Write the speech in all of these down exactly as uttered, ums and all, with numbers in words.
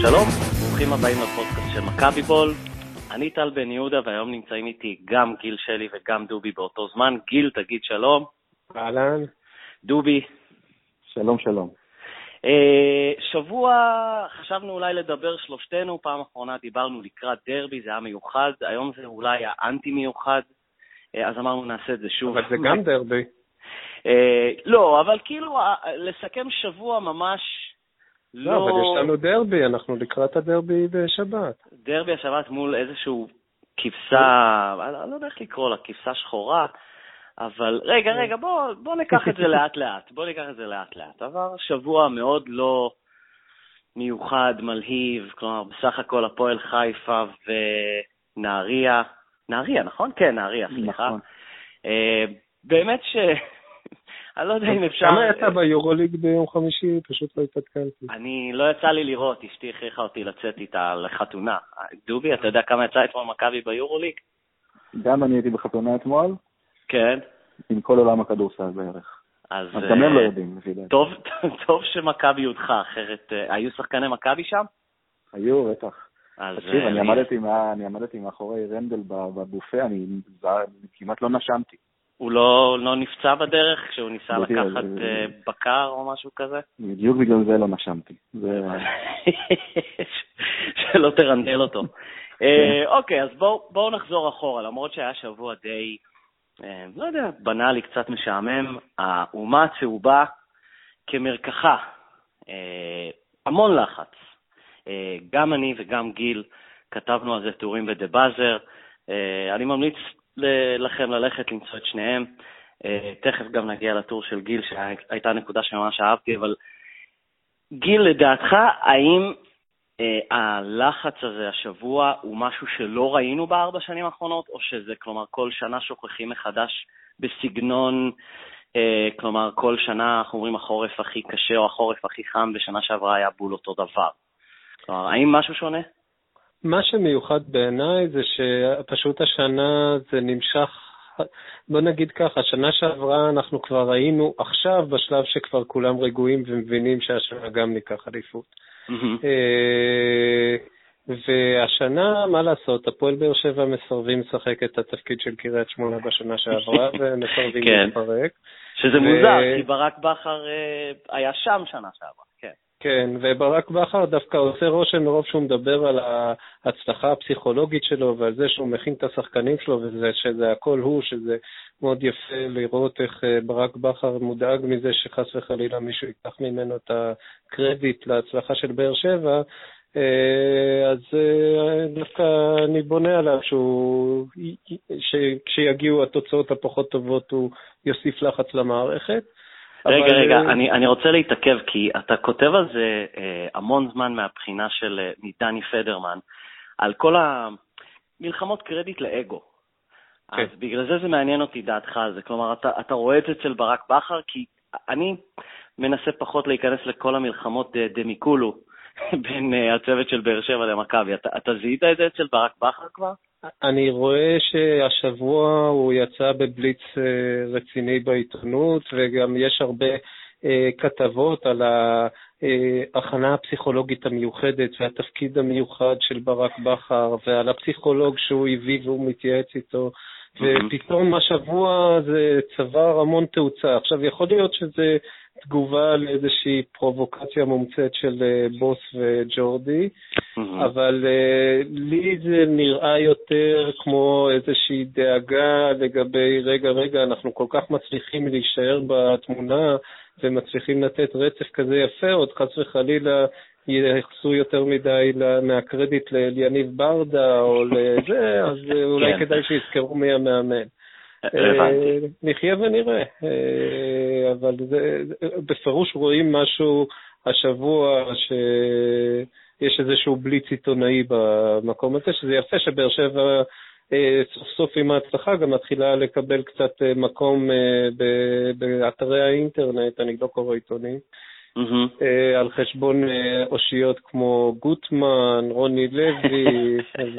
שלום, ברוכים הבאים לפודקאסט של מכבי בול. אני טל בן יהודה, והיום נמצאים איתי גם גיל שלי וגם דובי באותו זמן. גיל, תגיד שלום. אהלן. דובי. שלום, שלום. שבוע חשבנו אולי לדבר שלושתנו, פעם אחרונה דיברנו לקראת דרבי, זה היה מיוחד, היום זה אולי האנטי מיוחד, אז אמרנו נעשה את זה שוב. אבל זה גם דרבי. לא, אבל כאילו לסכם שבוע ממש לא... לא, אבל יש לנו דרבי, אנחנו לקראת הדרבי בשבת. דרבי השבת מול איזשהו כבשה, אני לא יודע איך לקרוא לה, כבשה שחורה, אבל רגע, רגע, בוא, בוא ניקח את זה לאט לאט, בוא ניקח את זה לאט לאט. עבר שבוע מאוד לא מיוחד, מלהיב, כלומר, בסך הכל הפועל חיפה ונהריה, נהריה, נכון? כן, נהריה, סליחה. נכון. באמת ש... אני לא יודע אם אפשר... כמה יצא ביורוליג ביום חמישי? פשוט לא התעדכנתי. אני לא יצא לי לראות, אשתי הכריחה אותי לצאת איתה לחתונה. דובי, אתה יודע כמה יצא אתמול מכבי ביורוליג? גם אני הייתי בחתונה אתמול. כן. עם כל עולם הכדורסל בערך. אז גם הם לא יודעים, לפי דעתי. טוב, טוב שמכבי יודך, אחרת היו שחקני מכבי שם? היו, בטח. תקשיב, אני אני... עמדתי מה, אני עמדתי מאחורי רנדל בבופה, אני כמעט לא נשמתי. הוא לא, לא נפצע בדרך כשהוא ניסה בדיוק, לקחת זה... בקר או משהו כזה? בדיוק בגלל זה לא נשמתי. זה... שלא תרנדל אותו. אוקיי, אז בואו בוא נחזור אחורה, למרות שהיה שבוע די, לא יודע, בנאלי, קצת משעמם. האומה הצהובה כמרקחה, המון לחץ. גם אני וגם גיל כתבנו על זה טורים בדבאזר. אני ממליץ לכם ללכת למצוא את שניהם. תכף גם נגיע לטור של גיל, שהייתה נקודה שממש אהבתי, אבל גיל, לדעתך, האם הלחץ הזה השבוע הוא משהו שלא ראינו בארבע שנים האחרונות, או שזה, כלומר, כל שנה שוכחים מחדש בסגנון, כלומר, כל שנה אנחנו אומרים החורף הכי קשה או החורף הכי חם, בשנה שעברה היה בול אותו דבר. כלומר, האם משהו שונה? מה שמיוחד בעיניי זה שפשוט השנה זה נמשך, בוא נגיד ככה, השנה שעברה אנחנו כבר ראינו עכשיו בשלב שכבר כולם רגועים ומבינים שהשנה גם ניקח אליפות. והשנה, מה לעשות, הפועל באר שבע מסרבים לשחק את התפקיד של קריית שמונה בשנה שעברה ומסרבים להתפרק. שזה מוזר, כי ברק בכר היה שם שנה שעברה, כן. כן, וברק בכר דווקא עושה רושם מרוב שהוא מדבר על ההצלחה הפסיכולוגית שלו ועל זה שהוא מכין את השחקנים שלו, וזה שזה הכל הוא, שזה מאוד יפה לראות איך ברק בכר מודאג מזה שחס וחלילה מישהו ייקח ממנו את הקרדיט להצלחה של באר שבע. אז דווקא אני בונה עליו שהוא, כשיגיעו התוצאות הפחות טובות הוא יוסיף לחץ למערכת. רגע, אבל... רגע, אני, אני רוצה להתעכב, כי אתה כותב על זה אה, המון זמן מהבחינה של אה, דני פדרמן, על כל המלחמות קרדיט לאגו. כן. אז בגלל זה זה מעניין אותי דעתך על זה. כלומר, אתה, אתה רואה את זה אצל ברק בכר, כי אני מנסה פחות להיכנס לכל המלחמות אה, דמיקולו, בין אה, הצוות של באר שבע למכבי. אתה, אתה זיהית את זה אצל ברק בכר כבר? אני רואה שהשבוע הוא יצא בבליץ רציני בעיתונות, וגם יש הרבה כתבות על ההכנה הפסיכולוגית המיוחדת והתפקיד המיוחד של ברק בכר, ועל הפסיכולוג שהוא הביא והוא מתייעץ איתו, ופתאום השבוע זה צבר המון תאוצה. עכשיו יכול להיות שזה תגובה לאיזושהי פרובוקציה מומצאת של בוס וג'ורדי, אבל לי זה נראה יותר כמו איזושהי דאגה לגבי רגע רגע, אנחנו כל כך מצליחים להישאר בתמונה ומצליחים לתת רצף כזה יפה, עוד חס וחלילה יחסו יותר מדי מהקרדיט ליניב ברדה או לזה, אז אולי כדאי שיזכרו מי המאמן. נחיה ונראה, אבל בפירוש רואים משהו השבוע שיש איזשהו בליץ עיתונאי במקום הזה, שזה יפה שבאר שבע סוף סוף עם ההצלחה גם מתחילה לקבל קצת מקום באתרי האינטרנט, אני לא קורא עיתונים, על חשבון אושיות כמו גוטמן, רוני לוי,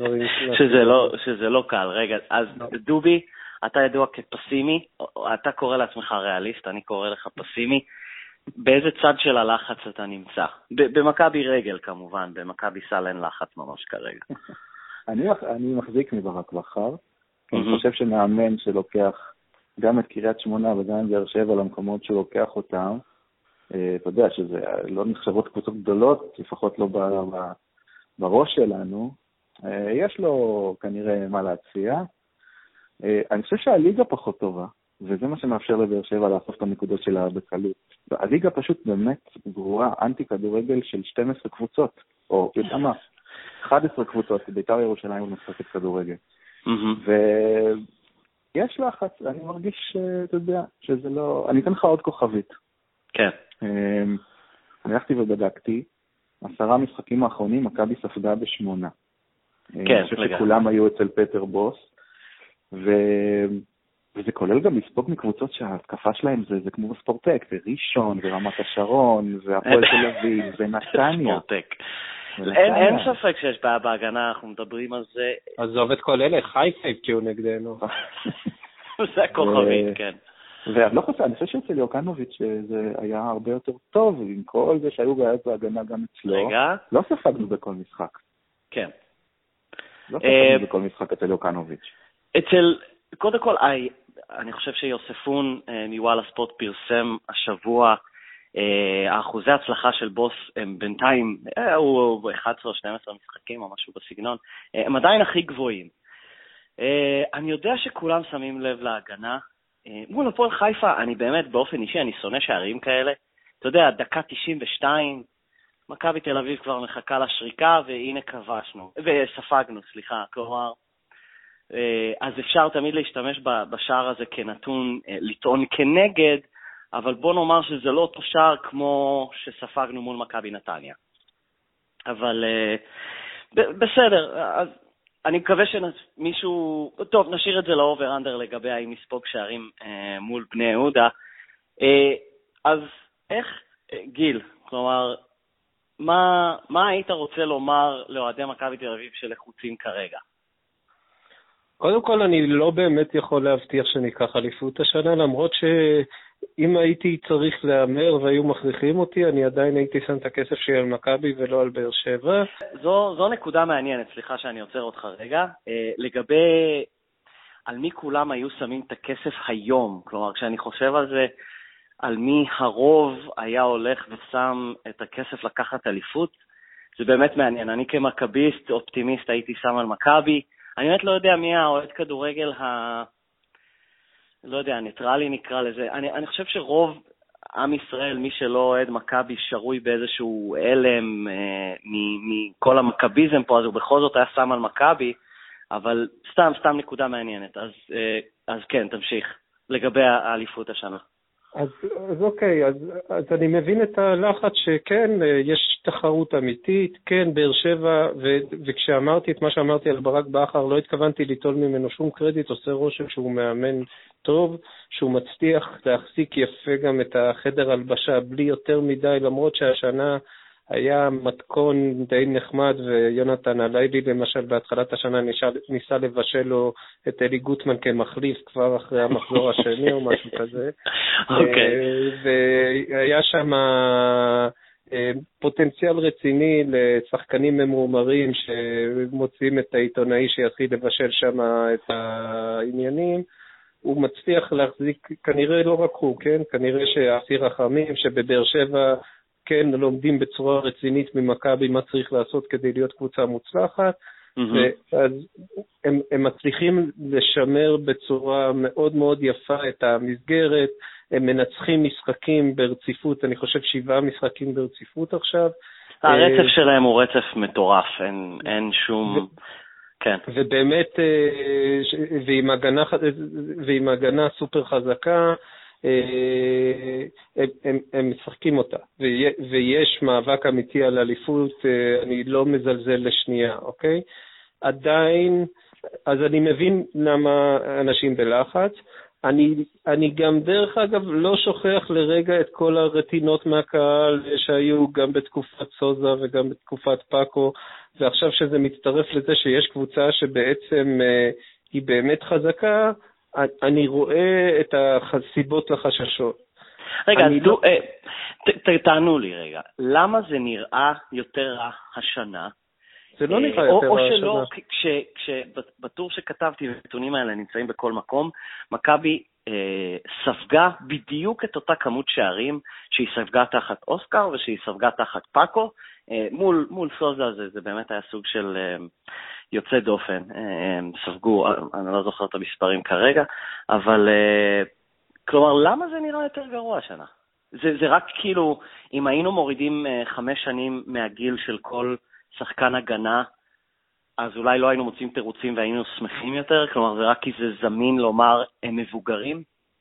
שזה לא קל. רגע, אז דובי, אתה ידוע כפסימי, אתה קורא לעצמך ריאליסט, אני קורא לך פסימי. באיזה צד של הלחץ אתה נמצא? במכבי רגל כמובן, במכבי סל אין לחץ ממש כרגע. אני, אני מחזיק מברק בכר, אני חושב שמאמן שלוקח גם את קריית שמונה וגם את באר שבע למקומות שהוא לוקח אותם, אתה יודע שזה לא נחשבות קבוצות גדולות, לפחות לא בראש שלנו, יש לו כנראה מה להציע. אני חושב שהליגה פחות טובה, וזה מה שמאפשר לבאר שבע לאסוף את הנקודות שלה בקלות. הליגה פשוט באמת גרועה, אנטי כדורגל של שתים עשרה קבוצות, או יותר מה, אחת עשרה קבוצות, בית"ר ירושלים ומשחקת כדורגל. ויש לחץ, אני מרגיש, אתה יודע, שזה לא... אני אתן לך עוד כוכבית. כן. אני הלכתי ובדקתי, עשרה משחקים האחרונים, מכבי ספגה בשמונה. כן, אני חושב שכולם היו אצל פטר בוס, ו... וזה כולל גם לספוג מקבוצות שההתקפה שלהם זה, זה כמו ספורטק, זה ראשון, ורמת השרון, והפועל תל אביב, ונתניה. ספורטק. אין, אין ספק שיש בעיה בהגנה, אנחנו מדברים על זה. עזוב את כל אלה, חיפה הבקיעו נגדנו. זה הכוכבית, כן. ואני לא חושב, אני חושב שאצל יוקנוביץ' זה היה הרבה יותר טוב, עם כל זה שהיו בעיות בהגנה גם אצלו. רגע. לא ספגנו בכל משחק. כן. לא ספגנו בכל משחק אצל יוקנוביץ'. אצל, קודם כל, אני חושב שיוספון מוואלה ספורט פרסם השבוע, האחוזי ההצלחה של בוס הם בינתיים, הוא אחת עשרה או שתים עשרה משחקים או משהו בסגנון, הם עדיין הכי גבוהים. אני יודע שכולם שמים לב להגנה, מול הפועל חיפה, אני באמת באופן אישי, אני שונא שערים כאלה, אתה יודע, דקה תשעים ושתיים, מכבי תל אביב כבר מחכה לשריקה, והנה כבשנו, וספגנו, סליחה, כלומר, אז אפשר תמיד להשתמש בשער הזה כנתון, לטעון כנגד, אבל בוא נאמר שזה לא אותו שער כמו שספגנו מול מכבי נתניה. אבל בסדר, אז אני מקווה שמישהו, טוב, נשאיר את זה לאובר אנדר לגבי האם נספוג שערים מול בני יהודה. אז איך, גיל, כלומר, מה, מה היית רוצה לומר לאוהדי מכבי תל אביב שלחוצים כרגע? קודם כל, אני לא באמת יכול להבטיח שניקח אליפות השנה, למרות שאם הייתי צריך לאמר והיו מכריחים אותי, אני עדיין הייתי שם את הכסף שלי על מכבי ולא על באר שבע. זו, זו נקודה מעניינת, סליחה שאני עוצר אותך רגע. לגבי על מי כולם היו שמים את הכסף היום, כלומר, כשאני חושב על זה, על מי הרוב היה הולך ושם את הכסף לקחת אליפות, זה באמת מעניין. אני כמכביסט, אופטימיסט, הייתי שם על מכבי. אני באמת לא יודע מי האוהד כדורגל ה... לא יודע, ניטרלי נקרא לזה. אני, אני חושב שרוב עם ישראל, מי שלא אוהד מכבי, שרוי באיזשהו אלם אה, מכל המכביזם פה, אז הוא בכל זאת היה שם על מכבי, אבל סתם, סתם נקודה מעניינת. אז, אה, אז כן, תמשיך, לגבי האליפות השנה. אז, אז אוקיי, אז, אז אני מבין את הלחץ שכן, יש תחרות אמיתית, כן, באר שבע, ו, וכשאמרתי את מה שאמרתי על ברק בכר, לא התכוונתי ליטול ממנו שום קרדיט, עושה רושם שהוא מאמן טוב, שהוא מצליח להחזיק יפה גם את החדר הלבשה, בלי יותר מדי, למרות שהשנה היה מתכון די נחמד, ויונתן הלילי למשל בהתחלת השנה ניסה, ניסה לבשל לו את אלי גוטמן כמחליף כבר אחרי המחזור השני או משהו כזה. אוקיי. והיה שם פוטנציאל רציני לשחקנים ממורמרים שמוצאים את העיתונאי שיתחיל לבשל שם את העניינים. הוא מצליח להחזיק, כנראה לא רק הוא, כן? כנראה שאסיר רחמים שבבאר שבע כן, לומדים בצורה רצינית ממכבי מה צריך לעשות כדי להיות קבוצה מוצלחת, mm-hmm. ואז הם, הם מצליחים לשמר בצורה מאוד מאוד יפה את המסגרת, הם מנצחים משחקים ברציפות, אני חושב שבעה משחקים ברציפות עכשיו. הרצף שלהם הוא רצף מטורף, אין, אין שום... ו... כן. ובאמת, ועם הגנה, ועם הגנה סופר חזקה, הם, הם, הם משחקים אותה, ויש מאבק אמיתי על אליפות, אני לא מזלזל לשנייה, אוקיי? עדיין, אז אני מבין למה אנשים בלחץ, אני, אני גם דרך אגב לא שוכח לרגע את כל הרטינות מהקהל שהיו גם בתקופת סוזה וגם בתקופת פאקו, ועכשיו שזה מצטרף לזה שיש קבוצה שבעצם היא באמת חזקה, אני רואה את הסיבות לחששות. רגע, לא... אה, ת, ת, תענו לי רגע, למה זה נראה יותר רע השנה? זה לא נראה יותר רע השנה. או שלא, כש, כש, בטור שכתבתי, הנתונים האלה נמצאים בכל מקום, מכבי אה, ספגה בדיוק את אותה כמות שערים שהיא ספגה תחת אוסקר ושהיא ספגה תחת פאקו, אה, מול, מול סוזה זה, זה באמת היה סוג של אה, יוצא דופן, אה, ספגו, אני לא זוכר את המספרים כרגע, אבל אה, כלומר, למה זה נראה יותר גרוע השנה? זה, זה רק כאילו, אם היינו מורידים אה, חמש שנים מהגיל של כל שחקן הגנה, אז אולי לא היינו מוצאים תירוצים והיינו שמחים יותר? כלומר, זה רק כי זה זמין לומר הם מבוגרים?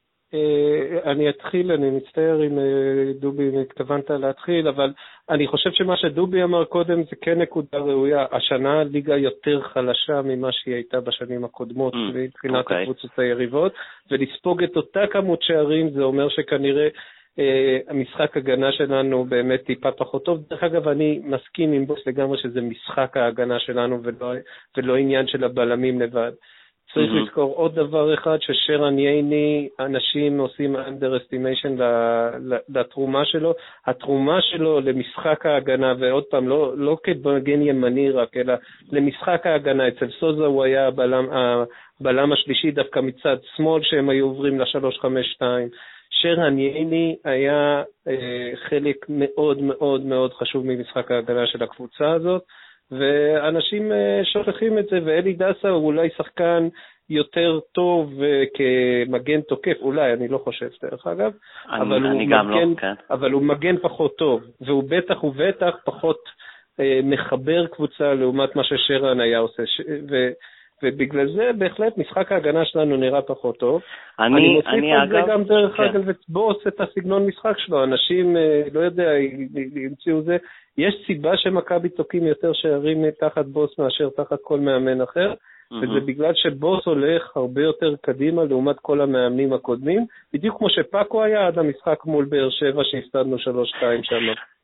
אני אתחיל, אני מצטער אם דובי התכוונת להתחיל, אבל אני חושב שמה שדובי אמר קודם זה כן נקודה ראויה. השנה הליגה יותר חלשה ממה שהיא הייתה בשנים הקודמות, מבחינת הקבוצות היריבות, ולספוג את אותה כמות שערים זה אומר שכנראה המשחק הגנה שלנו באמת טיפה פחות טוב. דרך אגב, אני מסכים עם בוס לגמרי שזה משחק ההגנה שלנו ולא, ולא עניין של הבלמים לבד. צריך mm-hmm. לזכור עוד דבר אחד, ששרן ייני, אנשים עושים underestimation לתרומה שלו. התרומה שלו למשחק ההגנה, ועוד פעם, לא, לא כבגן ימני רק, אלא למשחק ההגנה. אצל סוזה הוא היה הבלם, הבלם השלישי דווקא מצד שמאל, שהם היו עוברים ל-שלוש חמש שתיים. שרן ייני היה אה, חלק מאוד מאוד מאוד חשוב ממשחק ההגנה של הקבוצה הזאת, ואנשים אה, שוכחים את זה, ואלי דסה הוא אולי שחקן יותר טוב אה, כמגן תוקף, אולי, אני לא חושב דרך אגב, אני, אבל, אני הוא גם מגן, לא, כן. אבל הוא מגן פחות טוב, והוא בטח ובטח פחות אה, מחבר קבוצה לעומת מה ששרן היה עושה, ש... ו... ובגלל זה בהחלט משחק ההגנה שלנו נראה פחות טוב. אני, אני מוסיף אני על אגב, זה גם דרך כן. אגב ובוס את הסגנון משחק שלו. אנשים, לא יודע, ימציאו זה. יש סיבה שמכבי תוקעים יותר שערים תחת בוס מאשר תחת כל מאמן אחר, mm-hmm. וזה בגלל שבוס הולך הרבה יותר קדימה לעומת כל המאמנים הקודמים, בדיוק כמו שפאקו היה עד המשחק מול באר שבע שהפסדנו שלוש שתיים שם.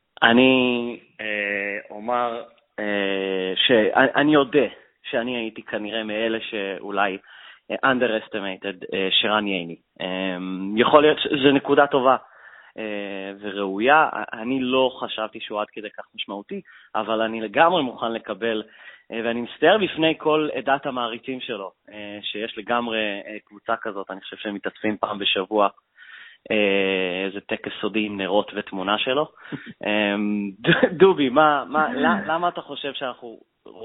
אני אה, אומר אה, שאני יודע שאני הייתי כנראה מאלה שאולי uh, underestimated uh, שרן ייני. Um, יכול להיות שזו נקודה טובה uh, וראויה. אני לא חשבתי שהוא עד כדי כך משמעותי, אבל אני לגמרי מוכן לקבל, uh, ואני מסתער בפני כל עדת המעריצים שלו, uh, שיש לגמרי uh, קבוצה כזאת. אני חושב שהם מתעצפים פעם בשבוע, uh, איזה טקס סודי עם נרות ותמונה שלו. um, דובי, מה, מה, למה אתה חושב שאנחנו...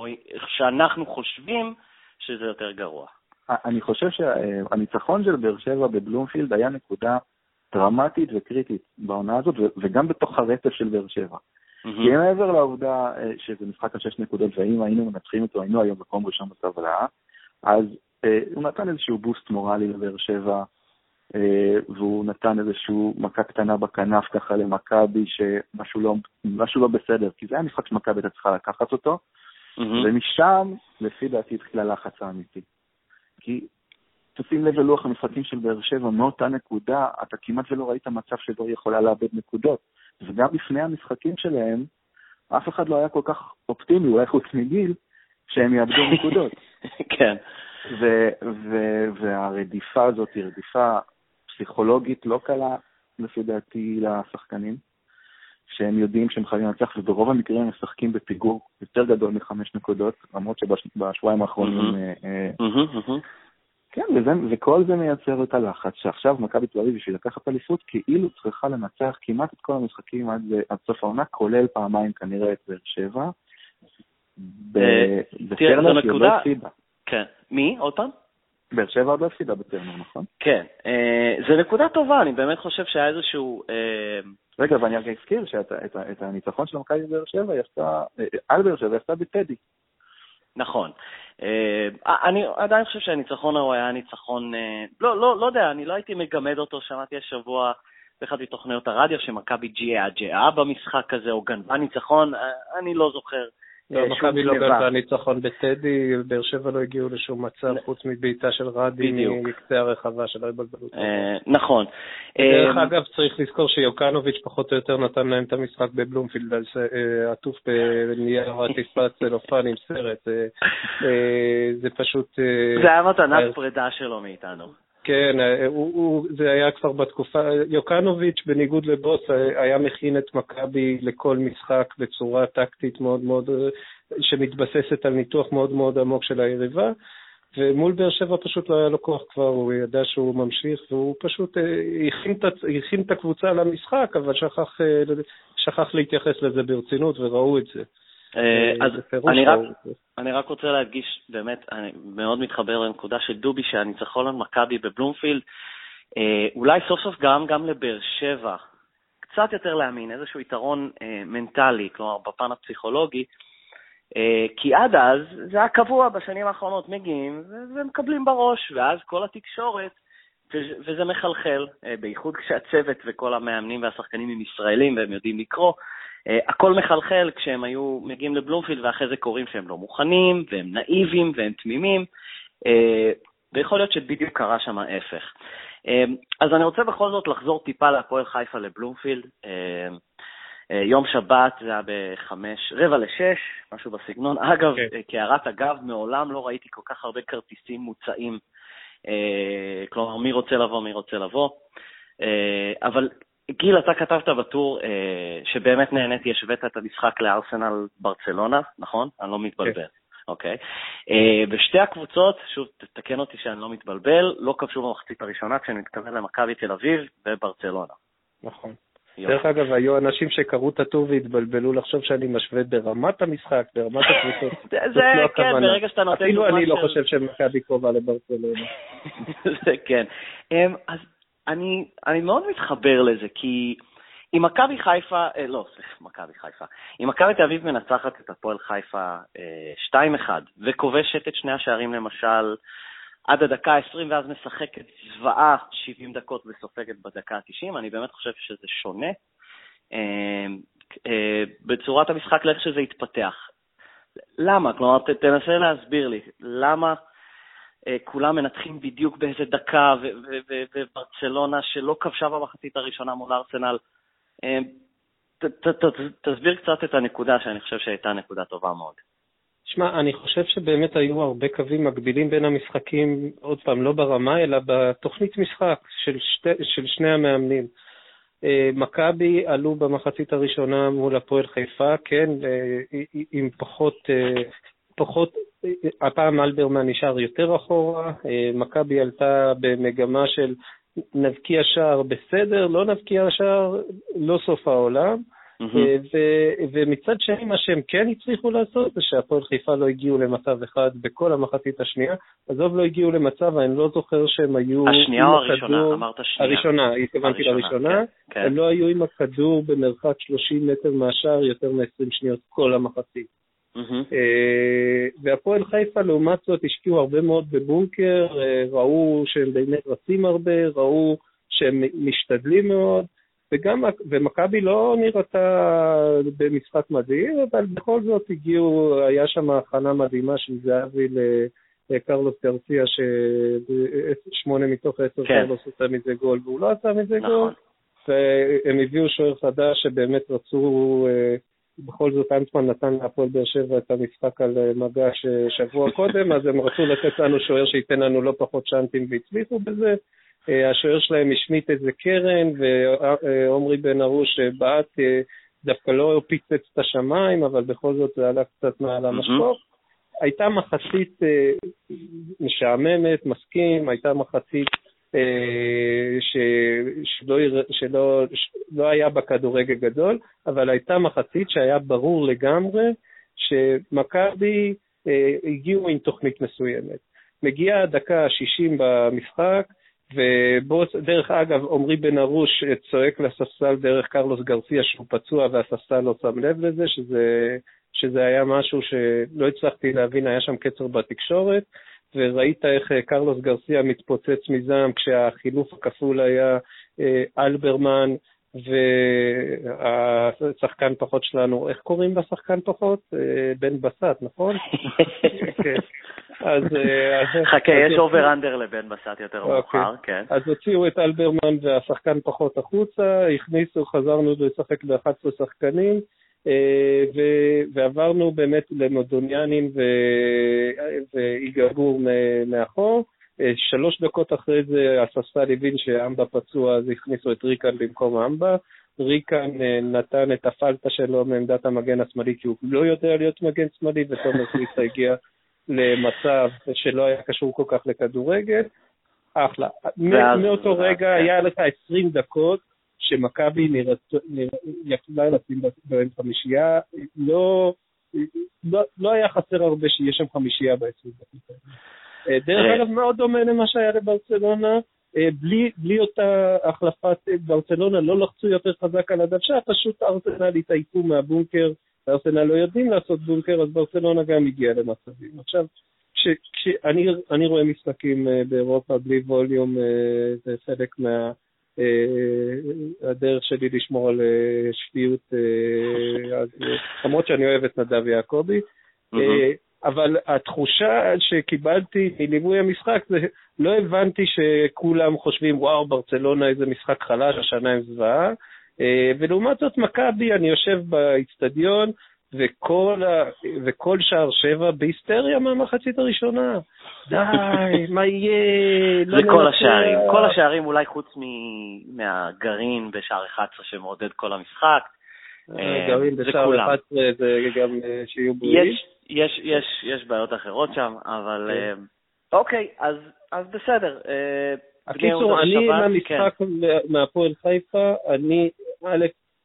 שאנחנו חושבים שזה יותר גרוע? אני חושב שהניצחון של באר שבע בבלומפילד היה נקודה דרמטית וקריטית בעונה הזאת, וגם בתוך הרצף של באר שבע. כי מעבר לעובדה שזה משחק על שש נקודות, ואם היינו מנצחים אותו, היינו היום מקום ראשון בטבלה, אז הוא נתן איזשהו בוסט מורלי לבאר שבע, והוא נתן איזשהו מכה קטנה בכנף ככה למכבי, שמשהו לא, משהו לא בסדר, כי זה היה משחק שמכבי הייתה צריכה לקחת אותו, ומשם, לפי דעתי, התחילה לחץ האמיתי. כי תשים לב ללוח המשחקים של באר שבע, מאותה נקודה, אתה כמעט ולא ראית מצב שבו היא יכולה לאבד נקודות. וגם לפני המשחקים שלהם, אף אחד לא היה כל כך אופטימי, אולי חוץ מגיל, שהם יאבדו נקודות. כן. ו- ו- והרדיפה הזאת היא רדיפה פסיכולוגית לא קלה, לפי דעתי, לשחקנים. שהם יודעים שהם חייבים לנצח, וברוב המקרים הם משחקים בפיגור יותר גדול מחמש נקודות, למרות שבשבועיים האחרונים... כן, וכל זה מייצר את הלחץ, שעכשיו מכבי תל אביב בשביל לקחת אליפות, כאילו צריכה לנצח כמעט את כל המשחקים עד סוף העונה, כולל פעמיים כנראה את באר שבע, בטרנר שהיא לא הפסידה. כן, מי? עוד פעם? באר שבע עוד לא הפסידה בטרנר, נכון? כן, זה נקודה טובה, אני באמת חושב שהיה איזשהו... רגע, ואני הרגע הזכיר שאת הניצחון של מכבי באר שבע יצא, על באר שבע יצא בטדי. נכון. אני עדיין חושב שהניצחון הוא היה ניצחון, לא, לא, לא יודע, אני לא הייתי מגמד אותו, שמעתי השבוע באחד מתוכניות הרדיו שמכבי ג'יאה ג'יאה במשחק הזה, או גנבה ניצחון, אני לא זוכר. לא, מכבי לא גנבה ניצחון בטדי, באר שבע לא הגיעו לשום מצב, חוץ מביתה של רדי מקצה הרחבה של ההתבלבלות. נכון. דרך אגב, צריך לזכור שיוקנוביץ' פחות או יותר נתן להם את המשחק בבלומפילד, עטוף בנייר עטיפת צלופן עם סרט. זה פשוט... זה היה מתנת פרידה שלו מאיתנו. כן, הוא, הוא, זה היה כבר בתקופה, יוקנוביץ' בניגוד לבוס היה מכין את מכבי לכל משחק בצורה טקטית מאוד מאוד, שמתבססת על ניתוח מאוד מאוד עמוק של היריבה, ומול באר שבע פשוט לא היה לו כוח כבר, הוא ידע שהוא ממשיך, והוא פשוט הכין, הכין את הקבוצה למשחק, אבל שכח, שכח להתייחס לזה ברצינות, וראו את זה. אז אני רק, אני רק רוצה להדגיש, באמת, אני מאוד מתחבר לנקודה של דובי, שהניצחון על מכבי בבלומפילד, אולי סוף סוף גם, גם לבאר שבע, קצת יותר להאמין, איזשהו יתרון מנטלי, כלומר בפן הפסיכולוגי, כי עד אז זה היה קבוע בשנים האחרונות, מגיעים ומקבלים בראש, ואז כל התקשורת, וזה מחלחל, בייחוד כשהצוות וכל המאמנים והשחקנים הם ישראלים והם יודעים לקרוא, הכל מחלחל כשהם היו מגיעים לבלומפילד, ואחרי זה קוראים שהם לא מוכנים, והם נאיבים והם תמימים, ויכול להיות שבדיוק קרה שם ההפך. אז אני רוצה בכל זאת לחזור טיפה להפועל חיפה לבלומפילד, יום שבת זה היה בחמש, רבע לשש, משהו בסגנון. אגב, okay. כהערת אגב, מעולם לא ראיתי כל כך הרבה כרטיסים מוצאים, כלומר, מי רוצה לבוא, מי רוצה לבוא. אבל גיל, אתה כתבת בטור שבאמת נהניתי, השווית את המשחק לארסנל ברצלונה, נכון? אני לא מתבלבל. אוקיי. Okay. Okay. בשתי הקבוצות, שוב, תתקן אותי שאני לא מתבלבל, לא כבשו במחצית הראשונה, כשאני מתכוון למכבי תל אביב וברצלונה. נכון. דרך אגב, היו אנשים שקראו את הטור והתבלבלו לחשוב שאני משווה ברמת המשחק, ברמת הקבוצות. זה, כן, ברגע שאתה נותן... אפילו אני לא חושב שמכבי קרובה לברצלונה. זה כן. אז אני, אני מאוד מתחבר לזה, כי אם מכבי חיפה, לא, סליחה, מכבי חיפה, אם מכבי תל אביב מנצחת את הפועל חיפה שתיים אחד, וכובשת את שני השערים למשל, עד הדקה ה-עשרים, ואז משחקת זוועה שבעים דקות וסופגת בדקה ה-תשעים, אני באמת חושב שזה שונה בצורת המשחק לאיך שזה יתפתח. למה? כלומר, תנסה להסביר לי, למה כולם מנתחים בדיוק באיזה דקה, וברצלונה שלא כבשה במחצית הראשונה מול ארסנל, תסביר קצת את הנקודה שאני חושב שהייתה נקודה טובה מאוד. שמע, אני חושב שבאמת היו הרבה קווים מקבילים בין המשחקים, עוד פעם, לא ברמה, אלא בתוכנית משחק של, שתי, של שני המאמנים. מכבי עלו במחצית הראשונה מול הפועל חיפה, כן, עם פחות, פחות, הפעם אלברמן נשאר יותר אחורה, מכבי עלתה במגמה של נבקיע שער בסדר, לא נבקיע שער, לא סוף העולם, ומצד שני מה שהם כן הצליחו לעשות זה שהפועל חיפה לא הגיעו למצב אחד בכל המחצית השנייה, עזוב לא הגיעו למצב, אני לא זוכר שהם היו... השנייה או הראשונה? אמרת שנייה. הראשונה, התכוונתי לראשונה, הם לא היו עם הכדור במרחק שלושים מטר מהשער יותר מ-עשרים שניות כל המחצית. והפועל חיפה לעומת זאת השקיעו הרבה מאוד בבונקר, ראו שהם באמת רצים הרבה, ראו שהם משתדלים מאוד, וגם, ומכבי לא נראתה במשחק מדהים, אבל בכל זאת הגיעו, היה שם הכנה מדהימה של זהבי לקרלוס גרסיה, ששמונה מתוך עשר קרלוס עושה מזה גול, והוא לא עשה מזה גול, והם הביאו שוער חדש שבאמת רצו, בכל זאת אנטמן נתן להפועל באר שבע את המשחק על מגע שבוע קודם, אז הם רצו לתת לנו שוער שייתן לנו לא פחות צ'אנטים והצליחו בזה, השוער שלהם השמיט איזה קרן, ועומרי בן ארוש בעט דווקא לא פיצץ את השמיים, אבל בכל זאת זה עלה קצת מעל המשקוף. הייתה מחצית משעממת, מסכים, הייתה מחצית שלא היה בה כדורגל גדול, אבל הייתה מחצית שהיה ברור לגמרי שמכבי הגיעו עם תוכנית מסוימת. מגיעה הדקה ה-שישים במשחק, ובוס, דרך אגב, עומרי בן ארוש צועק לספסל דרך קרלוס גרסיה שהוא פצוע, והספסל לא שם לב לזה, שזה, שזה היה משהו שלא הצלחתי להבין, היה שם קצר בתקשורת, וראית איך קרלוס גרסיה מתפוצץ מזעם, כשהחילוף הכפול היה אלברמן, והשחקן פחות שלנו, איך קוראים לשחקן פחות? בן בסט, נכון? אז חכה, יש אובר אנדר לבן בסט יותר מאוחר, כן. אז הוציאו את אלברמן והשחקן פחות החוצה, הכניסו, חזרנו לשחק ב-אחד עשר שחקנים, ועברנו באמת למודוניאנים ואיגבור מאחור, שלוש דקות אחרי זה הספסל הבין שאמבה פצוע, אז הכניסו את ריקן במקום אמבה. ריקן נתן את הפלטה שלו מעמדת המגן השמאלי, כי הוא לא יודע להיות מגן שמאלי, ותומר סוויסה הגיע למצב שלא היה קשור כל כך לכדורגל. אחלה. מאותו רגע היה לך עשרים דקות שמכבי יכלה לשים בהם חמישייה. לא, לא, לא היה חסר הרבה שיש שם חמישייה בעשרים דקות. דרך אגב מאוד דומה למה שהיה לברצלונה, בלי, בלי אותה החלפת ברצלונה, לא לחצו יותר חזק על הדוושה, פשוט ארסנל התעייפו מהבונקר, ארסנל לא יודעים לעשות בונקר, אז ברצלונה גם הגיעה למצבים. עכשיו, כשאני אני רואה משחקים באירופה בלי ווליום, זה חלק מה... הדרך שלי לשמור על שפיות, למרות שאני אוהב את נדב יעקובי, אבל התחושה שקיבלתי מליווי המשחק, זה לא הבנתי שכולם חושבים, וואו, ברצלונה איזה משחק חלש, השנה עם זוועה, ולעומת זאת מכבי, אני יושב באצטדיון, וכל, ה... וכל שער שבע בהיסטריה מהמחצית הראשונה. די, מה יהיה? זה כל לא השערים. כל השערים אולי חוץ מ... מהגרעין בשער אחת עשרה שמעודד כל המשחק. גרעין בשער אחת עשרה זה גם שיהיו בריאים. יש, יש, יש, יש בעיות אחרות שם, אבל אוקיי, אז, אז בסדר. הקיצור, אני מהמשחק מהפועל חיפה, אני, א',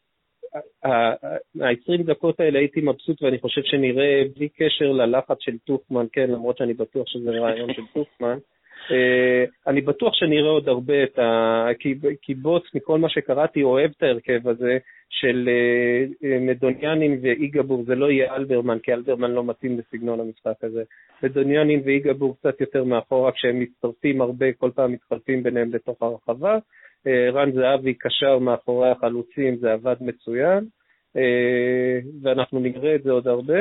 ה-עשרים דקות האלה הייתי מבסוט, ואני חושב שנראה בלי קשר ללחץ של טופמן, כן, למרות שאני בטוח שזה רעיון של טופמן, אני בטוח שנראה עוד הרבה את ה... כי בוץ, מכל מה שקראתי, אוהב את ההרכב הזה של מדוניאנין ואיגבור, זה לא יהיה אלברמן, כי אלברמן לא מתאים בסגנון המשחק הזה. מדוניאנין ואיגבור קצת יותר מאחורה, כשהם מצטרפים הרבה, כל פעם מתחלפים ביניהם בתוך הרחבה. רן זהבי קשר מאחורי החלוצים, זה עבד מצוין, ואנחנו נראה את זה עוד הרבה,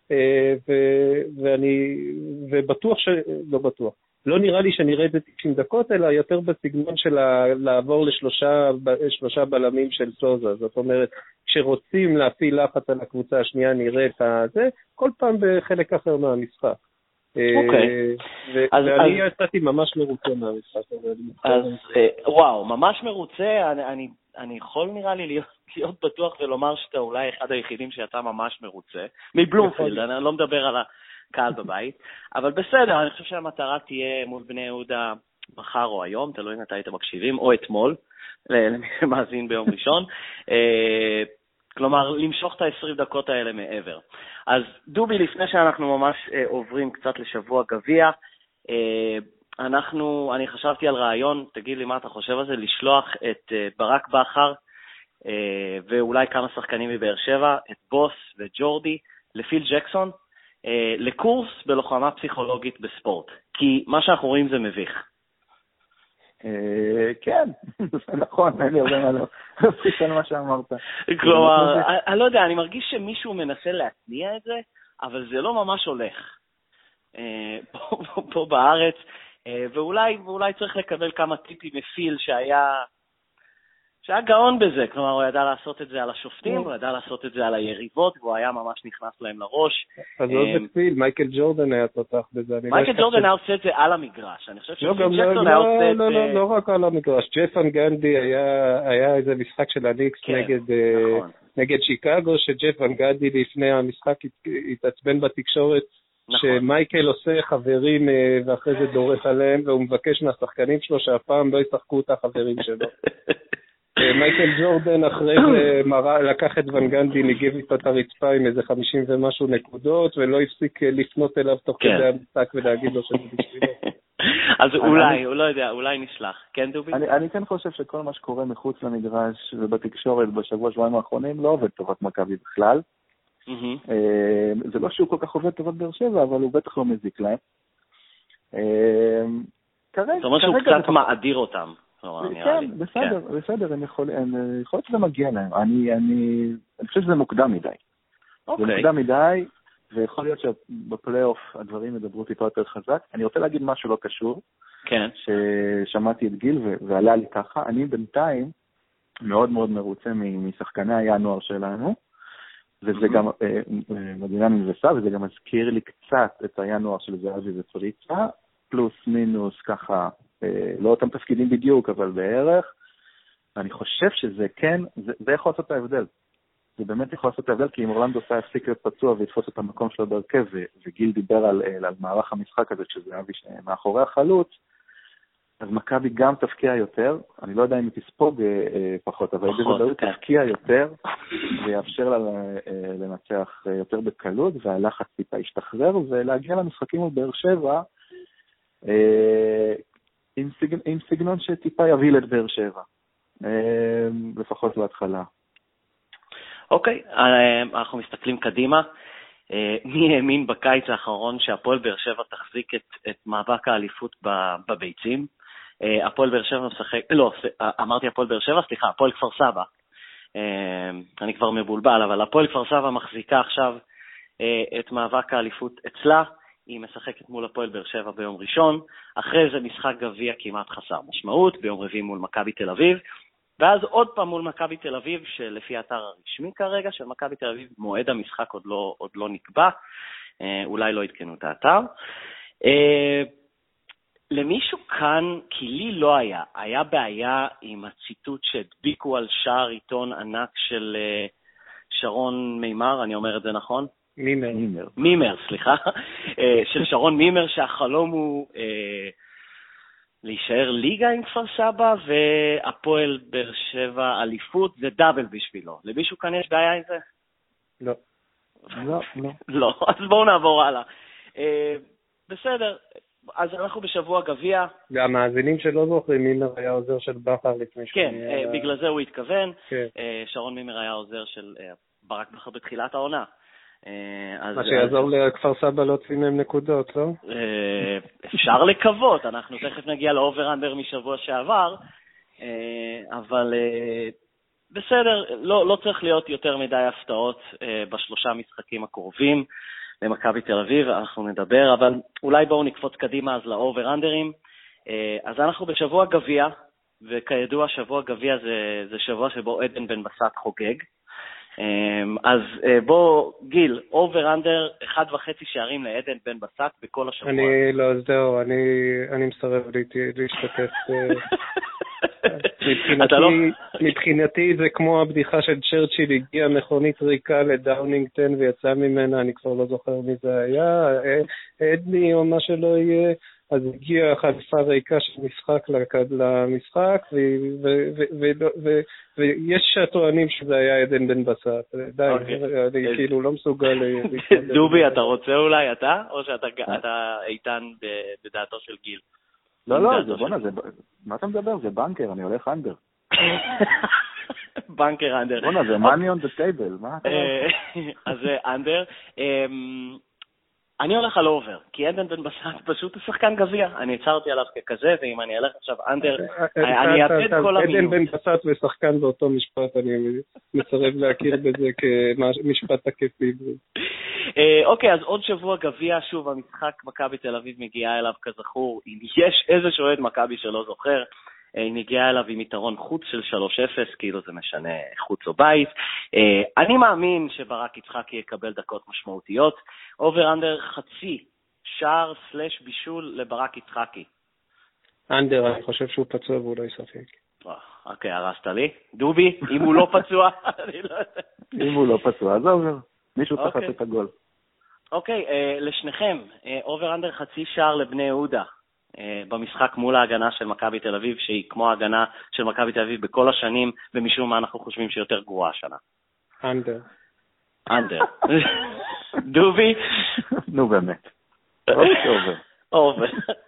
ואני, ובטוח ש... לא בטוח. לא נראה לי שנראה את זה תשעים דקות, אלא יותר בסגנון של לעבור לשלושה שלושה בלמים של סוזה. זאת אומרת, כשרוצים להפעיל לחץ על הקבוצה השנייה, נראה את זה, כל פעם בחלק אחר מהמשחק. אוקיי. ואני יצאתי ממש מרוצה מהמשחק. אז וואו, ממש מרוצה, אני יכול נראה לי להיות בטוח ולומר שאתה אולי אחד היחידים שיצא ממש מרוצה, מבלומפילד, אני לא מדבר על הקהל בבית, אבל בסדר, אני חושב שהמטרה תהיה מול בני יהודה מחר או היום, תלוי אם אתה היית מקשיבים, או אתמול, למי שמאזין ביום ראשון, כלומר, למשוך את ה-עשרים דקות האלה מעבר. אז דובי, לפני שאנחנו ממש אה, עוברים קצת לשבוע גביע, אה, אנחנו, אני חשבתי על רעיון, תגיד לי מה אתה חושב על זה, לשלוח את אה, ברק בחר, אה, ואולי כמה שחקנים מבאר שבע, את בוס וג'ורדי, לפיל ג'קסון, אה, לקורס בלוחמה פסיכולוגית בספורט. כי מה שאנחנו רואים זה מביך. כן, זה נכון, אין לי הרבה מה לא להוסיף על מה שאמרת. כלומר, אני לא יודע, אני מרגיש שמישהו מנסה להתניע את זה, אבל זה לא ממש הולך פה בארץ, ואולי צריך לקבל כמה טיפים מפיל שהיה שהיה גאון בזה, כלומר הוא ידע לעשות את זה על השופטים, הוא ידע לעשות את זה על היריבות, והוא היה ממש נכנס להם לראש. אז לא בפיל, מייקל ג'ורדן היה תותח בזה. מייקל ג'ורדן היה עושה את זה על המגרש, אני חושב שג'קסון היה עושה את זה... לא, לא, לא רק על המגרש, ג'פן גנדי היה איזה משחק של הניקס נגד שיקגו, שג'פן גנדי לפני המשחק התעצבן בתקשורת, שמייקל עושה חברים ואחרי זה דורך עליהם, והוא מבקש מהשחקנים שלו שהפעם לא ישחקו את החברים שלו. מייקל ג'ורדן אחרי זה לקח את ון גנדי, ניגב איתו את הרצפה עם איזה חמישים ומשהו נקודות, ולא הפסיק לפנות אליו תוך כדי המשחק ולהגיד לו שזה בשבילו. אז אולי, הוא לא יודע, אולי נשלח. כן, דובי? אני כן חושב שכל מה שקורה מחוץ למגרש ובתקשורת בשבוע שבועיים האחרונים לא עובד טובת מכבי בכלל. זה לא שהוא כל כך עובד טובת באר שבע, אבל הוא בטח לא מזיק להם. זאת אומרת שהוא קצת מאדיר אותם. כן, בסדר, בסדר, יכול להיות שזה מגיע להם. אני חושב שזה מוקדם מדי. זה מוקדם מדי, ויכול להיות שבפלייאוף הדברים ידברו טיפה יותר חזק. אני רוצה להגיד משהו לא קשור, ששמעתי את גיל ועלה לי ככה. אני בינתיים מאוד מאוד מרוצה משחקני הינואר שלנו, וזה גם מדינה מבסה, וזה גם מזכיר לי קצת את הינואר של זהבי ופריצה. פלוס מינוס, ככה, לא אותם תפקידים בדיוק, אבל בערך. אני חושב שזה כן, זה, זה יכול לעשות את ההבדל. זה באמת יכול לעשות את ההבדל, כי אם אורלנדו סאי יפסיק להיות פצוע ויתפוס את המקום שלו בהרכב, וגיל דיבר על, על מערך המשחק הזה, שזה אבי מאחורי החלוץ, אז מכבי גם תפקיע יותר, אני לא יודע אם היא תספוג אה, פחות, אבל בוודאות כן. תפקיע יותר, ויאפשר לה אה, לנצח אה, יותר בקלות, והלחץ טיפה ישתחרר, ולהגיע למשחקים בבאר שבע, אה, עם, סג, עם סגנון שטיפה יביא את באר שבע, אה, לפחות בהתחלה. אוקיי, אה, אנחנו מסתכלים קדימה. אה, מי האמין בקיץ האחרון שהפועל באר שבע תחזיק את, את מאבק האליפות בביצים? הפועל באר שבע משחק, לא, אמרתי הפועל באר שבע, סליחה, הפועל כפר סבא. אני כבר מבולבל, אבל הפועל כפר סבא מחזיקה עכשיו את מאבק האליפות אצלה, היא משחקת מול הפועל באר שבע ביום ראשון, אחרי זה משחק גביע כמעט חסר משמעות, ביום רביעי מול מכבי תל אביב, ואז עוד פעם מול מכבי תל אביב, שלפי האתר הרשמי כרגע של מכבי תל אביב, מועד המשחק עוד לא, עוד לא נקבע, אולי לא עדכנו את האתר. למישהו כאן, כי לי לא היה, היה בעיה עם הציטוט שהדביקו על שער עיתון ענק של שרון מימר, אני אומר את זה נכון? מימר. מימר, מימר סליחה. של שרון מימר, שהחלום הוא להישאר ליגה עם כפר סבא, והפועל באר שבע אליפות, זה דאבל בשבילו. למישהו כאן יש בעיה עם זה? לא. לא, לא. לא, אז בואו נעבור הלאה. בסדר. אז אנחנו בשבוע גביע. והמאזינים שלא זוכרים, מימר היה עוזר של בכר לפני כן, בגלל זה הוא התכוון. שרון מימר היה עוזר של ברק בכר בתחילת העונה. מה שיעזור לכפר סבא להוציא מהם נקודות, לא? אפשר לקוות, אנחנו תכף נגיע לאובר-אנדר משבוע שעבר, אבל בסדר, לא צריך להיות יותר מדי הפתעות בשלושה משחקים הקרובים. למכבי תל אביב, אנחנו נדבר, אבל אולי בואו נקפוץ קדימה אז לאובר-אנדרים. אז אנחנו בשבוע גביע, וכידוע שבוע גביע זה, זה שבוע שבו עדן בן בסט חוגג. אז בוא, גיל, אובר-אנדר, אחד וחצי שערים לעדן בן בסט בכל השבוע. אני לא, זהו, אני, אני מסרב להשתתף. מבחינתי, מבחינתי זה כמו הבדיחה של צ'רצ'יל, הגיעה מכונית ריקה לדאונינגטון ויצא ממנה, אני כבר לא זוכר מי זה היה, אדני או מה שלא יהיה, אז הגיעה חליפה ריקה של משחק למשחק, ויש שטוענים שזה היה עדן בן בסט. די, אני כאילו לא מסוגל. דובי, אתה רוצה אולי אתה, או שאתה איתן בדעתו של גיל? לא, לא, זה בונה, מה אתה מדבר? זה בנקר, אני הולך אנדר. בנקר אנדר. בונה, זה money on the table, מה אתה אומר? אז זה אנדר. אני הולך על אובר, כי עדן בן בסט פשוט הוא שחקן גביע. אני הצהרתי עליו ככזה, ואם אני אלך עכשיו אנדר, אני אאבד כל המיון. עדן בן בסט ושחקן באותו משפט, אני מסרב להכיר בזה כמשפט תקף בעברית. אוקיי, אז עוד שבוע גביע, שוב, המשחק מכבי תל אביב מגיעה אליו כזכור, אם יש איזה שועד מכבי שלא זוכר, היא מגיעה אליו עם יתרון חוץ של שלוש אפס, כאילו זה משנה חוץ או בית. אני מאמין שברק יצחקי יקבל דקות משמעותיות. אובר אנדר חצי שער סלש בישול לברק יצחקי. אנדר, אני חושב שהוא פצוע והוא לא ישחק. אוקיי, הרסת לי. דובי, אם הוא לא פצוע, אני לא יודע. אם הוא לא פצוע, אז אובר. מישהו צריך לעשות את הגול. אוקיי, לשניכם, אובר אנדר חצי שער לבני יהודה. במשחק מול ההגנה של מכבי תל אביב, שהיא כמו ההגנה של מכבי תל אביב בכל השנים, ומשום מה אנחנו חושבים שהיא יותר גרועה השנה. אנדר. אנדר. דובי? נו באמת. אובר. אובר.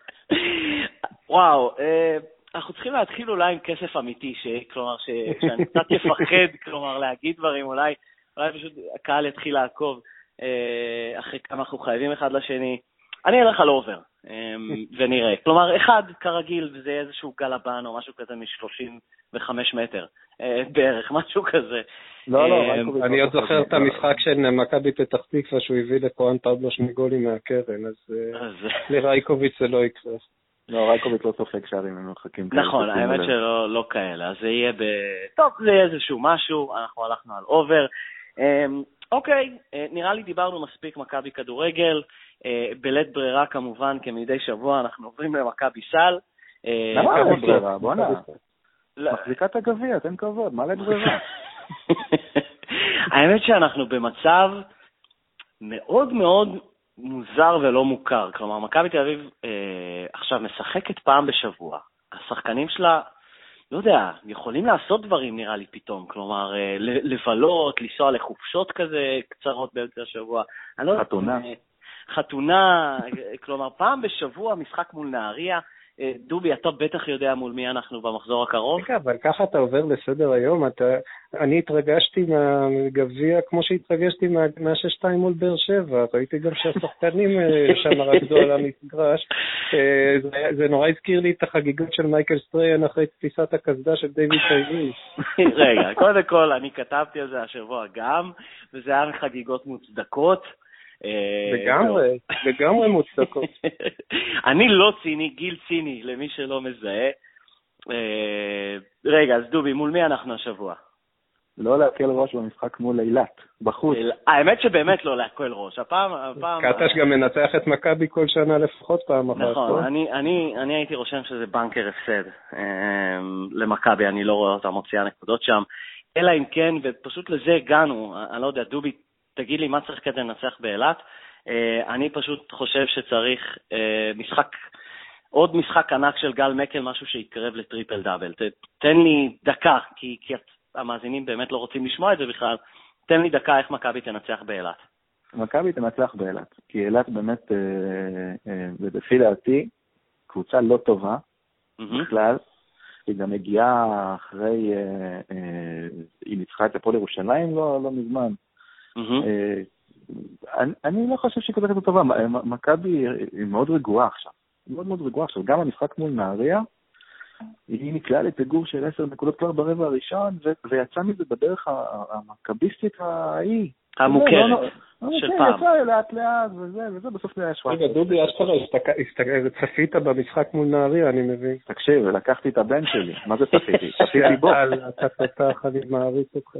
וואו, אנחנו צריכים להתחיל אולי עם כסף אמיתי, כלומר, שאני קצת יפחד, כלומר, להגיד דברים, אולי פשוט הקהל יתחיל לעקוב אחרי כמה אנחנו חייבים אחד לשני. אני אלך על אובר. ונראה. כלומר, אחד, כרגיל, זה איזשהו גלבן או משהו כזה מ-שלושים וחמישה מטר, בערך, משהו כזה. לא, לא, אני עוד זוכר את המשחק של מכבי פתח תקווה, שהוא הביא לפואן פבלו שני גולים מהקרן, אז לרייקוביץ' זה לא יקרה. לא, רייקוביץ' לא סופג שערים, הם מחכים כאלה. נכון, האמת שלא כאלה, אז זה יהיה ב... טוב, זה יהיה איזשהו משהו, אנחנו הלכנו על אובר. אוקיי, נראה לי דיברנו מספיק מכבי כדורגל, בלית ברירה כמובן, כמדי שבוע אנחנו עוברים למכבי סל. למה בלית ברירה? בוא נע. מחזיקת הגביע, תן כבוד, מה בלית ברירה? האמת שאנחנו במצב מאוד מאוד מוזר ולא מוכר. כלומר, מכבי תל אביב עכשיו משחקת פעם בשבוע. השחקנים שלה, לא יודע, יכולים לעשות דברים נראה לי פתאום, כלומר, לבלות, לנסוע לחופשות כזה קצרות באמצע השבוע. חתונה. חתונה, כלומר, פעם בשבוע משחק מול נהריה. דובי, אתה בטח יודע מול מי אנחנו במחזור הקרוב. אבל ככה אתה עובר לסדר היום. אתה, אני התרגשתי מהגביע כמו שהתרגשתי מה-שש שתיים מול באר שבע. ראיתי גם שהשחקנים שם רקדו על המגרש. זה, זה נורא הזכיר לי את החגיגות של מייקל סטריין אחרי תפיסת הכסדה של דיוויד טייביס. רגע, קודם כל, אני כתבתי על זה השבוע גם, וזה היה חגיגות מוצדקות. לגמרי, לגמרי מוצדקות. אני לא ציני, גיל ציני, למי שלא מזהה. רגע, אז דובי, מול מי אנחנו השבוע? לא להקל ראש במשחק מול אילת, בחוץ. האמת שבאמת לא להקל ראש. הפעם, הפעם... קטש גם מנצח את מכבי כל שנה לפחות פעם אחת. נכון, אני, אני, אני הייתי רושם שזה בנקר הפסד. למכבי, אני לא רואה אותה מוציאה נקודות שם. אלא אם כן, ופשוט לזה הגענו, אני לא יודע, דובי, תגיד לי מה צריך כדי לנצח באילת. אני פשוט חושב שצריך משחק, עוד משחק ענק של גל מקל, משהו שיתקרב לטריפל דאבל. תן לי דקה, כי, כי המאזינים באמת לא רוצים לשמוע את זה בכלל. תן לי דקה איך מכבי תנצח באילת. מכבי תנצח באילת, כי אילת באמת, לפי דעתי, קבוצה לא טובה בכלל. היא גם הגיעה אחרי, היא ניצחה את הפועל ירושלים לא, לא מזמן. אני לא חושב שהיא כזאת טובה. מכבי היא מאוד רגועה עכשיו. היא מאוד מאוד רגועה עכשיו. גם המשחק מול נהריה, היא נקלעה לפיגור של עשר נקודות כבר ברבע הראשון, ויצא מזה בדרך המכביסטית ההיא. המוכרת של פעם. יצא לאט לאט וזה, וזה בסוף זה היה שבע. רגע, דובי, אשכרה, צפית במשחק מול נהריה, אני מבין. תקשיב, לקחתי את הבן שלי. מה זה צפיתי? צפיתי בו. אתה תותח, אני מעריץ אותך.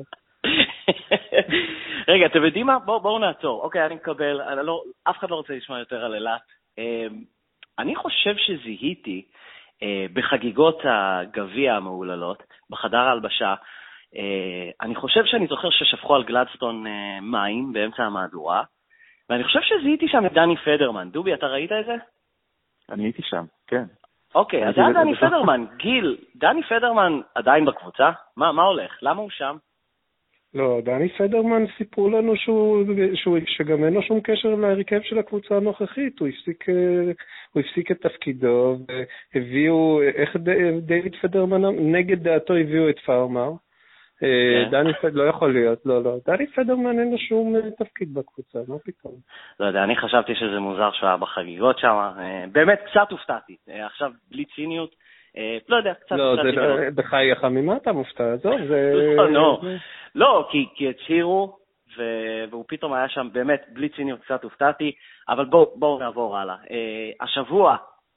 רגע, אתם יודעים מה? בואו בוא נעצור. אוקיי, אני מקבל, אני לא, אף אחד לא רוצה לשמוע יותר על אילת. אני חושב שזיהיתי בחגיגות הגביע המעוללות, בחדר ההלבשה, אני חושב שאני זוכר ששפכו על גלדסטון מים באמצע המהדורה, ואני חושב שזיהיתי שם את דני פדרמן. דובי, אתה ראית את זה? אני הייתי שם, כן. אוקיי, אז זה היה דני פדרמן. גיל, דני פדרמן עדיין בקבוצה? מה, מה הולך? למה הוא שם? לא, דני פדרמן סיפרו לנו שהוא, שהוא, שגם אין לו שום קשר להרכב של הקבוצה הנוכחית. הוא הפסיק, הוא הפסיק את תפקידו, והביאו, איך דיוויד פדרמן, נגד דעתו הביאו את פארמר. דני פדרמן, לא יכול להיות, לא, לא. דני פדרמן אין לו שום תפקיד בקבוצה, מה פתאום? לא יודע, אני חשבתי שזה מוזר שהוא היה בחגיגות שם. באמת, קצת הופתעתי. עכשיו, בלי ציניות, לא יודע, קצת הופתעתי. לא, זה בחייך, ממה אתה מופתע? עזוב, זה... לא, לא. לא, כי, כי הצהירו, ו... והוא פתאום היה שם באמת בלי ציניות, קצת הופתעתי, אבל בואו בוא נעבור הלאה. Uh, השבוע,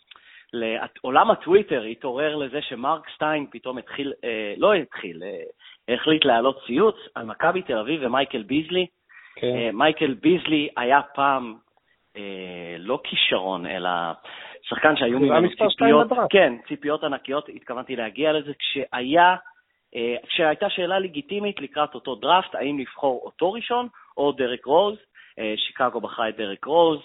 לעולם הטוויטר התעורר לזה שמרק סטיין פתאום התחיל, uh, לא התחיל, uh, החליט להעלות ציוץ על מכבי תל אביב ומייקל ביזלי. כן. Uh, מייקל ביזלי היה פעם uh, לא כישרון, אלא שחקן שהיו ממנו ציפיות, כן, ציפיות ענקיות, התכוונתי להגיע לזה, כשהיה... כשהייתה שאלה לגיטימית לקראת אותו דראפט, האם לבחור אותו ראשון או דרק רוז, שיקגו בחרה את דרק רוז,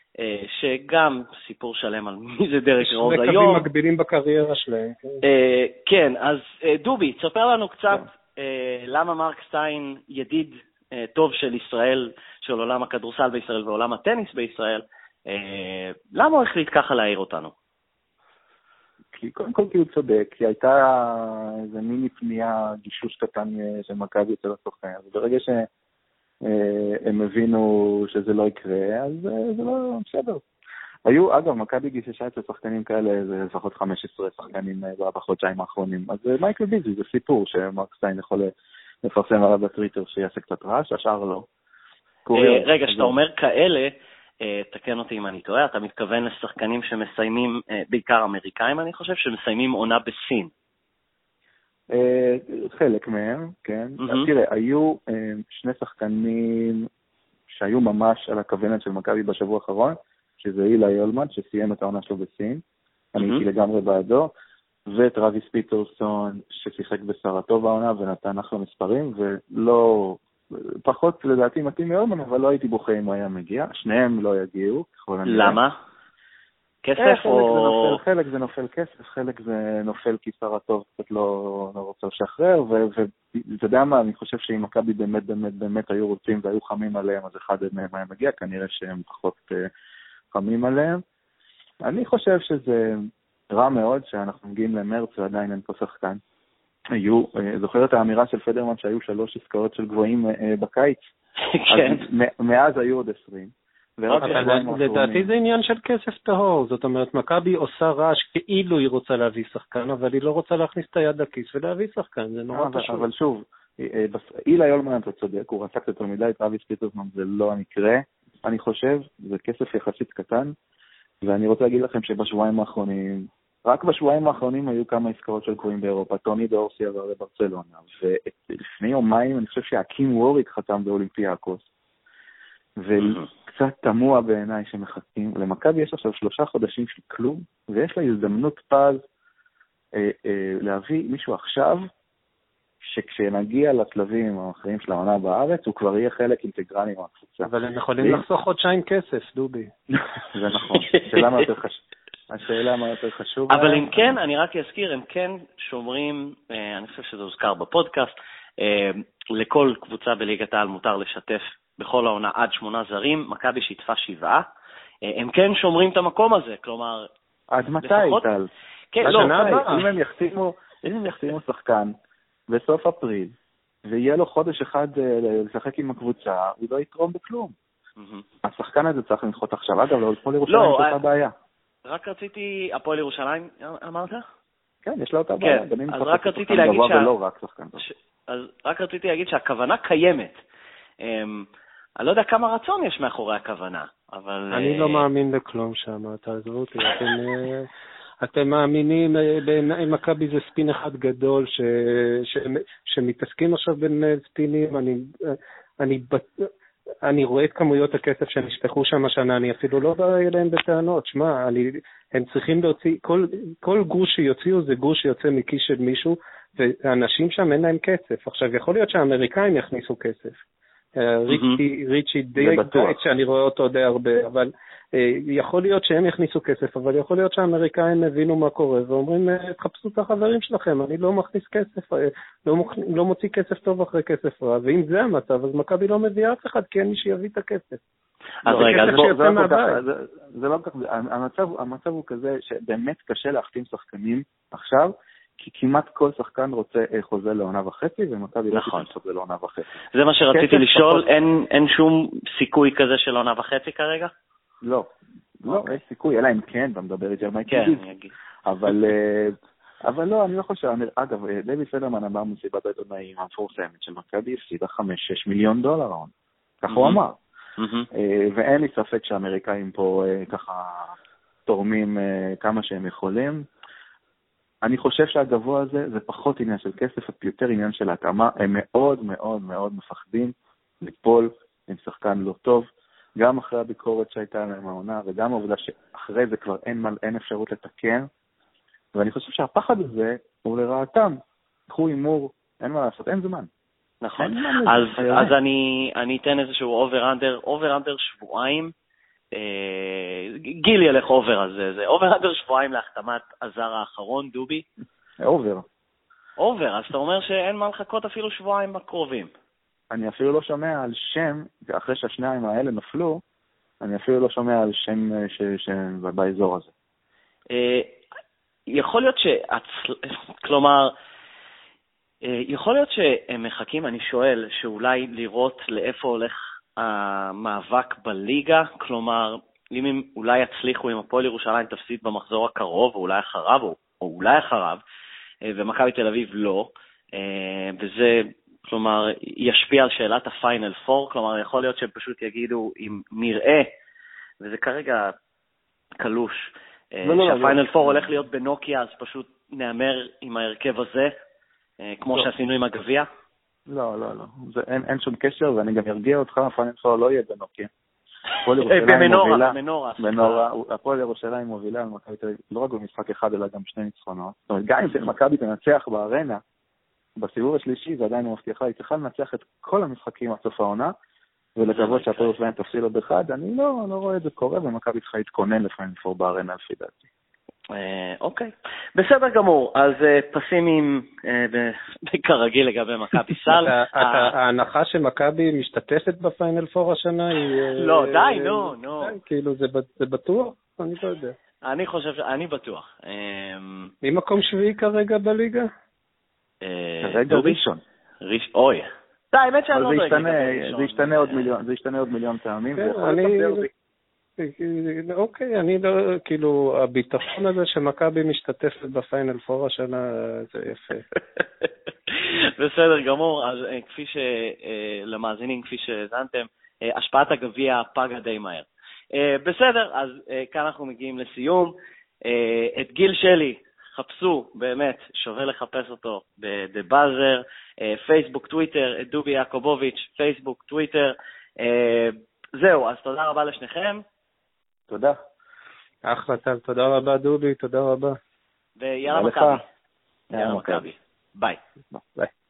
שגם סיפור שלם על מי זה דרק רוז היום. שני קווים מקבילים בקריירה שלהם. כן, אז דובי, תספר לנו קצת למה מרק סטיין ידיד טוב של ישראל, של עולם הכדורסל בישראל ועולם הטניס בישראל, למה הוא החליט ככה להעיר אותנו? כי קודם כל כי הוא צודק, כי הייתה איזה מיני פנייה, גישוש קטן של מכבי אצל הסוכן, וברגע שהם הבינו שזה לא יקרה, אז זה לא בסדר. היו, אגב, מכבי גיששה אצל שחקנים כאלה, זה לפחות חמישה עשר שחקנים בחודשיים האחרונים, אז מייקל ביזלי זה סיפור שמרק סטיין יכול לפרסם עליו בטוויטר שיעשה קצת רעש, השאר לא. רגע, שאתה אומר כאלה, תקן אותי אם אני טועה, אתה מתכוון לשחקנים שמסיימים, בעיקר אמריקאים אני חושב, שמסיימים עונה בסין. חלק מהם, כן. תראה, היו שני שחקנים שהיו ממש על הכוונת של מכבי בשבוע האחרון, שזה אילי יולמן, שסיים את העונה שלו בסין, אני הייתי לגמרי בעדו, וטרוויס פיטרסון, ששיחק בסרטוב העונה ונתן אחלה מספרים, ולא, פחות לדעתי מתאים מיולמן, אבל לא הייתי בוכה אם הוא היה מגיע, שניהם לא יגיעו. למה? כסף או... חלק זה נופל כסף, חלק זה נופל כי סרטוב קצת לא רוצה לשחרר, ואתה יודע מה, אני חושב שאם מכבי באמת באמת באמת היו רוצים והיו חמים עליהם, אז אחד מהם היה מגיע, כנראה שהם פחות חמים עליהם. אני חושב שזה רע מאוד שאנחנו מגיעים למרץ ועדיין אין פה שחקן. היו, זוכר את האמירה של פדרמן שהיו שלוש עסקאות של גבוהים בקיץ? כן. מאז היו עוד עשרים. לדעתי זה עניין של כסף טהור, זאת אומרת, מכבי עושה רעש כאילו היא רוצה להביא שחקן, אבל היא לא רוצה להכניס את היד לכיס ולהביא שחקן, זה נורא פשוט. אבל שוב, אילי יולמן אתה צודק, הוא רצה קצת מדי, טרוויס פיטרסון זה לא המקרה, אני חושב, זה כסף יחסית קטן, ואני רוצה להגיד לכם שבשבועיים האחרונים, רק בשבועיים האחרונים היו כמה עסקאות של קבועים באירופה, טוני דורסי עבר לברצלונה, ולפני יומיים אני חושב שהקים ווריק חתם באולימפיאקוס, וקצת תמוה בעיניי שמחכים. למכבי יש עכשיו שלושה חודשים של כלום, ויש לה הזדמנות פז אה, אה, להביא מישהו עכשיו, שכשנגיע לשלבים האחרים של העונה בארץ, הוא כבר יהיה חלק אינטגרלי מהקבוצה. אבל הם יכולים לחסוך חודשיים כסף, דובי. זה נכון. השאלה מה יותר חשוב. השאלה מה יותר חשוב. אבל אם כן, אני רק אזכיר, הם כן שומרים, אני חושב שזה הוזכר בפודקאסט, לכל קבוצה בליגת העל מותר לשתף בכל העונה עד שמונה זרים, מכבי שיתפה שבעה, הם כן שומרים את המקום הזה, כלומר... עד מתי, איטל? כן, לא, אם הם יחתימו, אם הם יחתימו שחקן בסוף אפריל, ויהיה לו חודש אחד לשחק עם הקבוצה, הוא לא יתרום בכלום. השחקן הזה צריך לנחות עכשיו. אגב, להפועל ירושלים יש אותה בעיה. רק רציתי, הפועל ירושלים, אמרת? כן, יש לה אותה בעיה. אז רק רציתי להגיד שה... אז רק רציתי להגיד שהכוונה קיימת. אני לא יודע כמה רצון יש מאחורי הכוונה, אבל... אני לא מאמין לכלום שם, תעזרו אותי. אתם מאמינים, בעיניי מכבי זה ספין אחד גדול, שמתעסקים עכשיו בין ספינים, אני... אני רואה את כמויות הכסף שנשפכו שם השנה, אני אפילו לא בא אליהם בטענות. שמה, אני, הם צריכים להוציא, כל, כל גוש שיוציאו זה גוש שיוצא מכיס של מישהו, והאנשים שם אין להם כסף. עכשיו, יכול להיות שהאמריקאים יכניסו כסף. ריצ'י, ריצ'י די גדית שאני רואה אותו די הרבה, אבל יכול להיות שהם יכניסו כסף, אבל יכול להיות שהאמריקאים הבינו מה קורה, ואומרים, תחפשו את החברים שלכם, אני לא מכניס כסף, לא, לא מוציא כסף טוב אחרי כסף רע, ואם זה המצב, אז מכבי לא מביא אף אחד, כי אין מי שיביא את הכסף. אז רגע, זה לא כך, המצב הוא כזה שבאמת קשה להחתים שחקנים עכשיו, כי כמעט כל שחקן רוצה חוזה לעונה וחצי, ומכבי לא תיתן חוזה לעונה וחצי. זה מה שרציתי לשאול, אין שום סיכוי כזה של עונה וחצי כרגע? לא, לא, יש סיכוי, אלא אם כן, אתה מדבר איתי על מייק גיב. אבל, אבל לא, אני לא חושב, אגב, דויד פדרמן אמר מסיבת העיתונאים המפורסמת של מכבי הפסידה חמש שש מיליון דולר, ככה הוא אמר. ואין לי ספק שהאמריקאים פה ככה תורמים כמה שהם יכולים. אני חושב שהגבוה הזה זה פחות עניין של כסף, יותר עניין של התאמה. הם מאוד מאוד מאוד מפחדים ליפול עם שחקן לא טוב, גם אחרי הביקורת שהייתה להם העונה, וגם העובדה שאחרי זה כבר אין, אין אפשרות לתקן. ואני חושב שהפחד הזה הוא לרעתם. קחו אימור, אין מה לעשות, אין זמן. נכון. אז, אז אני, אני אתן איזשהו אובר-אנדר, אובר-אנדר שבועיים, גיל ילך אובר הזה, זה אובר אנדר שבועיים להחתמת הזר האחרון, דובי? אובר. אובר, אז אתה אומר שאין מה לחכות אפילו שבועיים בקרובים. אני אפילו לא שומע על שם, אחרי שהשניים האלה נפלו, אני אפילו לא שומע על שם באזור הזה. יכול להיות ש... כלומר, יכול להיות שהם מחכים, אני שואל, שאולי לראות לאיפה הולך המאבק בליגה, כלומר, אם הם אולי יצליחו עם הפועל ירושלים תפסיד במחזור הקרוב, או אולי אחריו, או, או אולי אחריו, ומכבי תל אביב לא, וזה, כלומר, ישפיע על שאלת הפיינל פור, כלומר, יכול להיות שהם פשוט יגידו, אם נראה, וזה כרגע קלוש, לא, שהפיינל לא, פור לא. הולך להיות בנוקיה, אז פשוט נאמר עם ההרכב הזה, כמו שעשינו עם הגביע? לא, לא, לא. אין שום קשר, ואני גם ארגיע אותך, פיינל פור לא יהיה בנוקיה. במנורה, במנורה. במנורה, הפועל ירושלים מובילה על מכבי תל אביב, לא רק במשחק אחד, אלא גם שני ניצחונות. זאת אומרת, גם אם מכבי תנצח בארנה, בסיבוב השלישי, זה עדיין מבטיחה, היא צריכה לנצח את כל המשחקים עד סוף העונה, ולקוות שהפועל ירושלים תפסיד עוד אחד. אני לא רואה את זה קורה, ומכבי צריכה להתכונן לפיינל פור בארנה, לפי דעתי. אוקיי, בסדר גמור. אז פסימיים כרגיל לגבי מכבי סל. ההנחה שמכבי משתתפת בפיינל פור השנה היא... לא, די, נו, נו. כאילו זה בטוח? אני לא יודע. אני חושב שאני בטוח. מי מקום שביעי כרגע בליגה? כרגע ראשון. אוי. די, האמת שאני לא דואג. זה ישתנה עוד מיליון פעמים. אוקיי, אני לא, כאילו, הביטחון הזה שמכבי משתתפת בפיינל פור השנה, זה יפה. בסדר גמור, אז כפי שלמאזינים, כפי שהזנתם, השפעת הגביע פגה די מהר. בסדר, אז כאן אנחנו מגיעים לסיום. את גיל שלי, חפשו, באמת, שווה לחפש אותו ב-The Buzzer, פייסבוק, טוויטר, את דובי יעקובוביץ', פייסבוק, טוויטר. זהו, אז תודה רבה לשניכם. תודה. אחלה טל, תודה רבה דובי, תודה רבה. ויאללה מכבי. יאללה מכבי. ביי. ביי.